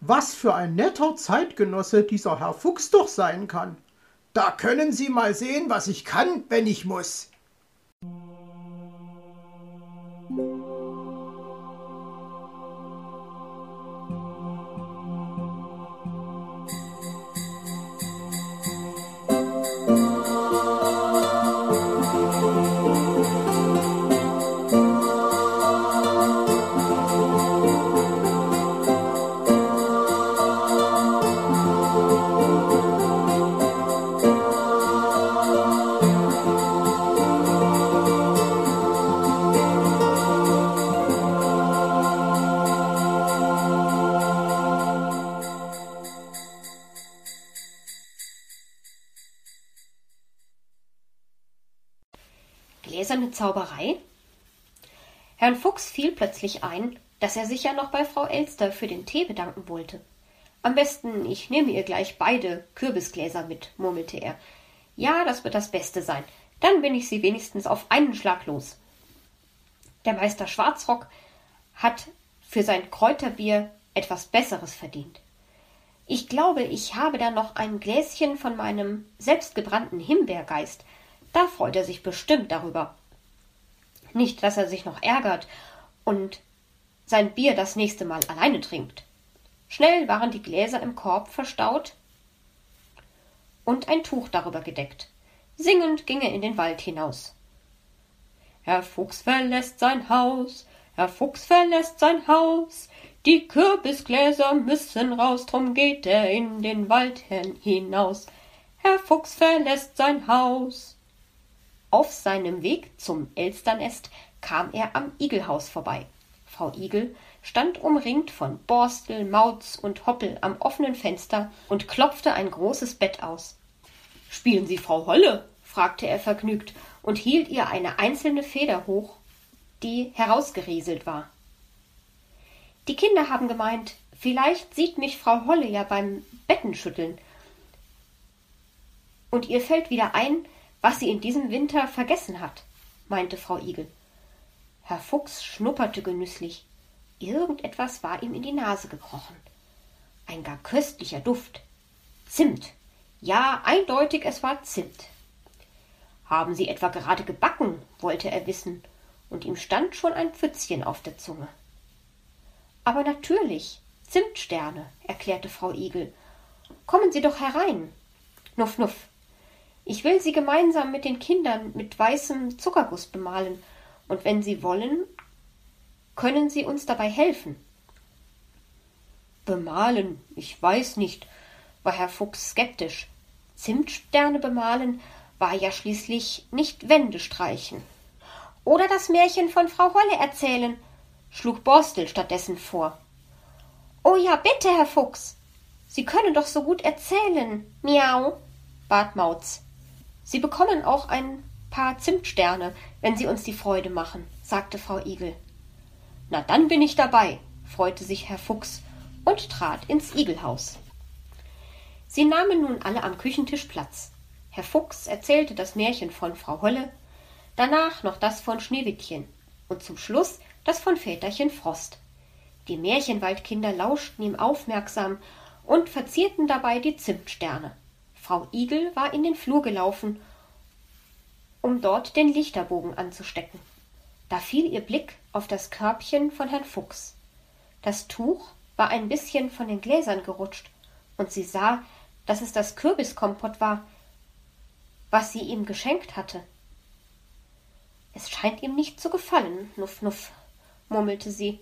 Was für ein netter Zeitgenosse dieser Herr Fuchs doch sein kann. Da können Sie mal sehen, was ich kann, wenn ich muss. Gläserne Zauberei? Herrn Fuchs fiel plötzlich ein, dass er sich ja noch bei Frau Elster für den Tee bedanken wollte. Am besten, ich nehme ihr gleich beide Kürbisgläser mit, murmelte er. Ja, das wird das Beste sein. Dann bin ich sie wenigstens auf einen Schlag los. Der Meister Schwarzrock hat für sein Kräuterbier etwas Besseres verdient. Ich glaube, ich habe da noch ein Gläschen von meinem selbstgebrannten Himbeergeist. Da freut er sich bestimmt darüber. Nicht, dass er sich noch ärgert und sein Bier das nächste Mal alleine trinkt. Schnell waren die Gläser im Korb verstaut und ein Tuch darüber gedeckt. Singend ging er in den Wald hinaus. Herr Fuchs verlässt sein Haus, Herr Fuchs verlässt sein Haus, die Kürbisgläser müssen raus, drum geht er in den Wald hinaus. Herr Fuchs verlässt sein Haus. Auf seinem Weg zum Elsternest kam er am Igelhaus vorbei. Frau Igel stand umringt von Borstel, Mauz und Hoppel am offenen Fenster und klopfte ein großes Bett aus. »Spielen Sie Frau Holle?« fragte er vergnügt und hielt ihr eine einzelne Feder hoch, die herausgerieselt war. Die Kinder haben gemeint, vielleicht sieht mich Frau Holle ja beim Bettenschütteln. Und ihr fällt wieder ein, was sie in diesem Winter vergessen hat, meinte Frau Igel. Herr Fuchs schnupperte genüsslich. Irgendetwas war ihm in die Nase gekrochen. Ein gar köstlicher Duft. Zimt. Ja, eindeutig, es war Zimt. Haben Sie etwa gerade gebacken, wollte er wissen, und ihm stand schon ein Pfützchen auf der Zunge. Aber natürlich, Zimtsterne, erklärte Frau Igel. Kommen Sie doch herein. Nuff, nuff. Ich will Sie gemeinsam mit den Kindern mit weißem Zuckerguss bemalen, und wenn Sie wollen, können Sie uns dabei helfen. Bemalen, ich weiß nicht, war Herr Fuchs skeptisch. Zimtsterne bemalen war ja schließlich nicht Wände streichen. Oder das Märchen von Frau Holle erzählen, schlug Borstel stattdessen vor. Oh ja, bitte, Herr Fuchs. Sie können doch so gut erzählen. Miau, bat Mauz. Sie bekommen auch ein paar Zimtsterne, wenn Sie uns die Freude machen, sagte Frau Igel. Na, dann bin ich dabei, freute sich Herr Fuchs und trat ins Igelhaus. Sie nahmen nun alle am Küchentisch Platz. Herr Fuchs erzählte das Märchen von Frau Holle, danach noch das von Schneewittchen und zum Schluss das von Väterchen Frost. Die Märchenwaldkinder lauschten ihm aufmerksam und verzierten dabei die Zimtsterne. Frau Igel war in den Flur gelaufen, um dort den Lichterbogen anzustecken. Da fiel ihr Blick auf das Körbchen von Herrn Fuchs. Das Tuch war ein bisschen von den Gläsern gerutscht, und sie sah, dass es das Kürbiskompott war, was sie ihm geschenkt hatte. Es scheint ihm nicht zu gefallen, Nuff, Nuff, murmelte sie.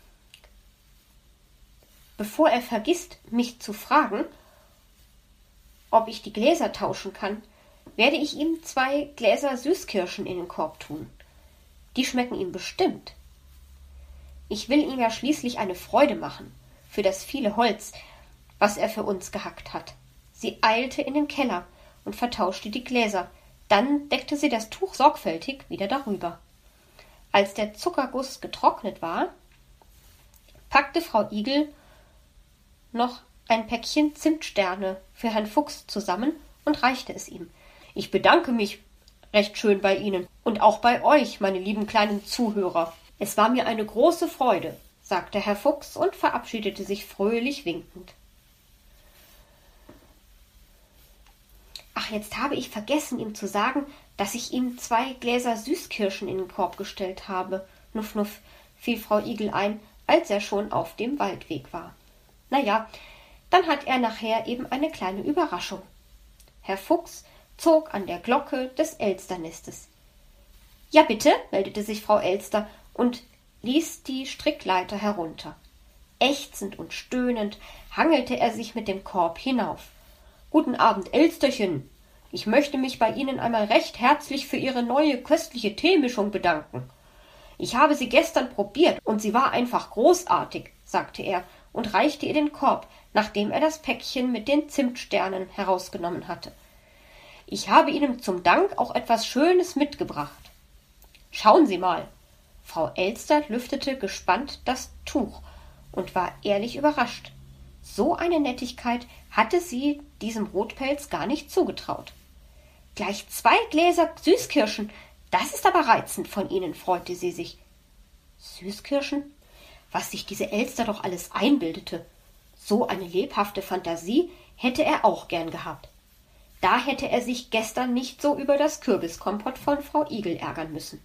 Bevor er vergisst, mich zu fragen, ob ich die Gläser tauschen kann, werde ich ihm 2 Gläser Süßkirschen in den Korb tun. Die schmecken ihm bestimmt. Ich will ihm ja schließlich eine Freude machen für das viele Holz, was er für uns gehackt hat. Sie eilte in den Keller und vertauschte die Gläser. Dann deckte sie das Tuch sorgfältig wieder darüber. Als der Zuckerguss getrocknet war, packte Frau Igel noch ein Päckchen Zimtsterne für Herrn Fuchs zusammen und reichte es ihm. Ich bedanke mich recht schön bei Ihnen und auch bei euch, meine lieben kleinen Zuhörer. Es war mir eine große Freude, sagte Herr Fuchs und verabschiedete sich fröhlich winkend. Ach, jetzt habe ich vergessen, ihm zu sagen, dass ich ihm 2 Gläser Süßkirschen in den Korb gestellt habe. Nuff, nuff, fiel Frau Igel ein, als er schon auf dem Waldweg war. Na ja, dann hat er nachher eben eine kleine Überraschung. Herr Fuchs zog an der Glocke des Elsternestes. Ja, bitte, meldete sich Frau Elster und ließ die Strickleiter herunter. Ächzend und stöhnend hangelte er sich mit dem Korb hinauf. »Guten Abend, Elsterchen. Ich möchte mich bei Ihnen einmal recht herzlich für Ihre neue köstliche Teemischung bedanken. Ich habe sie gestern probiert und sie war einfach großartig«, sagte er und reichte ihr den Korb, nachdem er das Päckchen mit den Zimtsternen herausgenommen hatte. »Ich habe Ihnen zum Dank auch etwas Schönes mitgebracht. Schauen Sie mal.« Frau Elster lüftete gespannt das Tuch und war ehrlich überrascht. So eine Nettigkeit hatte sie diesem Rotpelz gar nicht zugetraut. »Gleich 2 Gläser Süßkirschen, das ist aber reizend von Ihnen«, freute sie sich. Süßkirschen? Was sich diese Elster doch alles einbildete. So eine lebhafte Fantasie hätte er auch gern gehabt. Da hätte er sich gestern nicht so über das Kürbiskompott von Frau Igel ärgern müssen.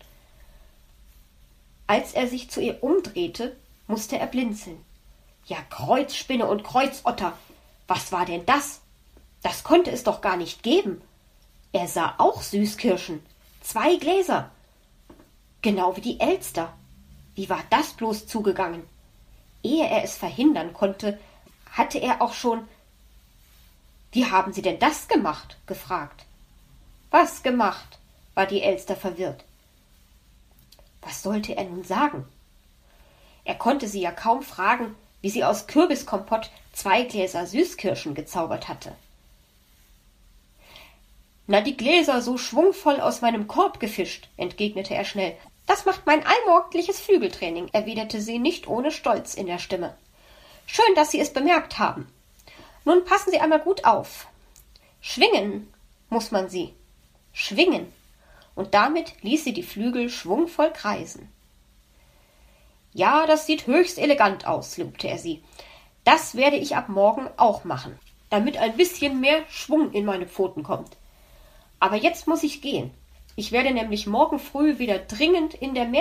Als er sich zu ihr umdrehte, musste er blinzeln. Ja, Kreuzspinne und Kreuzotter, was war denn das? Das konnte es doch gar nicht geben. Er sah auch Süßkirschen, 2 Gläser, genau wie die Elster. Wie war das bloß zugegangen? Ehe er es verhindern konnte, hatte er auch schon »Wie haben Sie denn das gemacht?« gefragt. »Was gemacht?« war die Elster verwirrt. Was sollte er nun sagen? Er konnte sie ja kaum fragen, wie sie aus Kürbiskompott 2 Gläser Süßkirschen gezaubert hatte. »Na, die Gläser so schwungvoll aus meinem Korb gefischt«, entgegnete er schnell. »Das macht mein allmorgendliches Flügeltraining«, erwiderte sie nicht ohne Stolz in der Stimme. »Schön, dass Sie es bemerkt haben. Nun passen Sie einmal gut auf. Schwingen muss man sie. Schwingen.« Und damit ließ sie die Flügel schwungvoll kreisen. »Ja, das sieht höchst elegant aus«, lobte er sie. »Das werde ich ab morgen auch machen, damit ein bisschen mehr Schwung in meine Pfoten kommt. Aber jetzt muss ich gehen. Ich werde nämlich morgen früh wieder dringend in der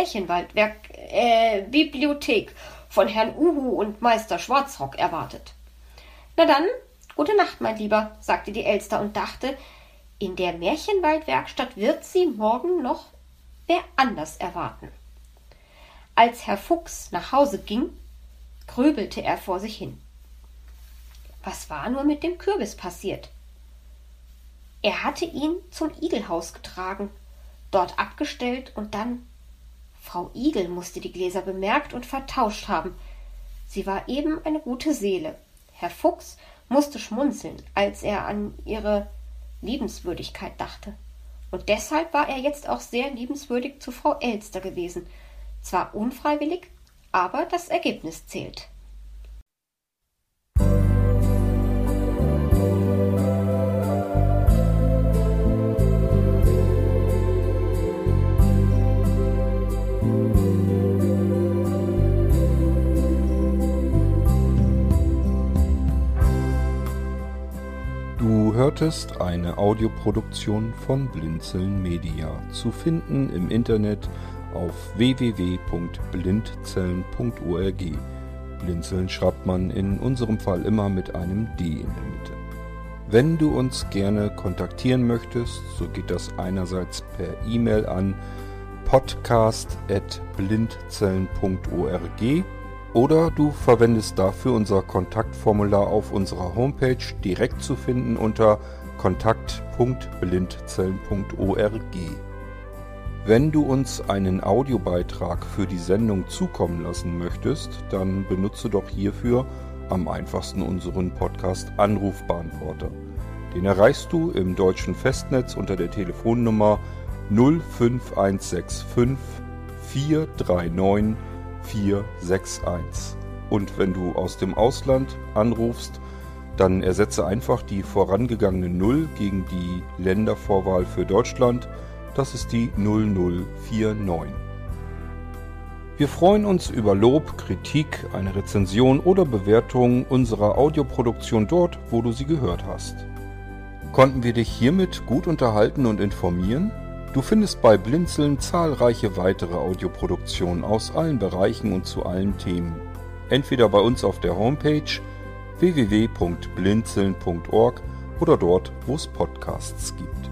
Bibliothek von Herrn Uhu und Meister Schwarzrock erwartet.« »Na dann, gute Nacht, mein Lieber«, sagte die Elster und dachte, in der Märchenwaldwerkstatt wird sie morgen noch wer anders erwarten. Als Herr Fuchs nach Hause ging, grübelte er vor sich hin. Was war nur mit dem Kürbis passiert? Er hatte ihn zum Igelhaus getragen, dort abgestellt und dann… Frau Igel musste die Gläser bemerkt und vertauscht haben. Sie war eben eine gute Seele. Herr Fuchs musste schmunzeln, als er an ihre Liebenswürdigkeit dachte. Und deshalb war er jetzt auch sehr liebenswürdig zu Frau Elster gewesen. Zwar unfreiwillig, aber das Ergebnis zählt. Du hörtest eine Audioproduktion von Blinzeln Media, zu finden im Internet auf www.blindzellen.org. Blinzeln schreibt man in unserem Fall immer mit einem D in der Mitte. Wenn du uns gerne kontaktieren möchtest, so geht das einerseits per E-Mail an podcast@blindzellen.org oder du verwendest dafür unser Kontaktformular auf unserer Homepage, direkt zu finden unter kontakt.blindzellen.org. Wenn du uns einen Audiobeitrag für die Sendung zukommen lassen möchtest, dann benutze doch hierfür am einfachsten unseren Podcast Anrufbeantworter. Den erreichst du im deutschen Festnetz unter der Telefonnummer 05165 439 461. Und wenn du aus dem Ausland anrufst, dann ersetze einfach die vorangegangene 0 gegen die Ländervorwahl für Deutschland. Das ist die 0049. Wir freuen uns über Lob, Kritik, eine Rezension oder Bewertung unserer Audioproduktion dort, wo du sie gehört hast. Konnten wir dich hiermit gut unterhalten und informieren? Du findest bei Blinzeln zahlreiche weitere Audioproduktionen aus allen Bereichen und zu allen Themen. Entweder bei uns auf der Homepage www.blinzeln.org oder dort, wo es Podcasts gibt.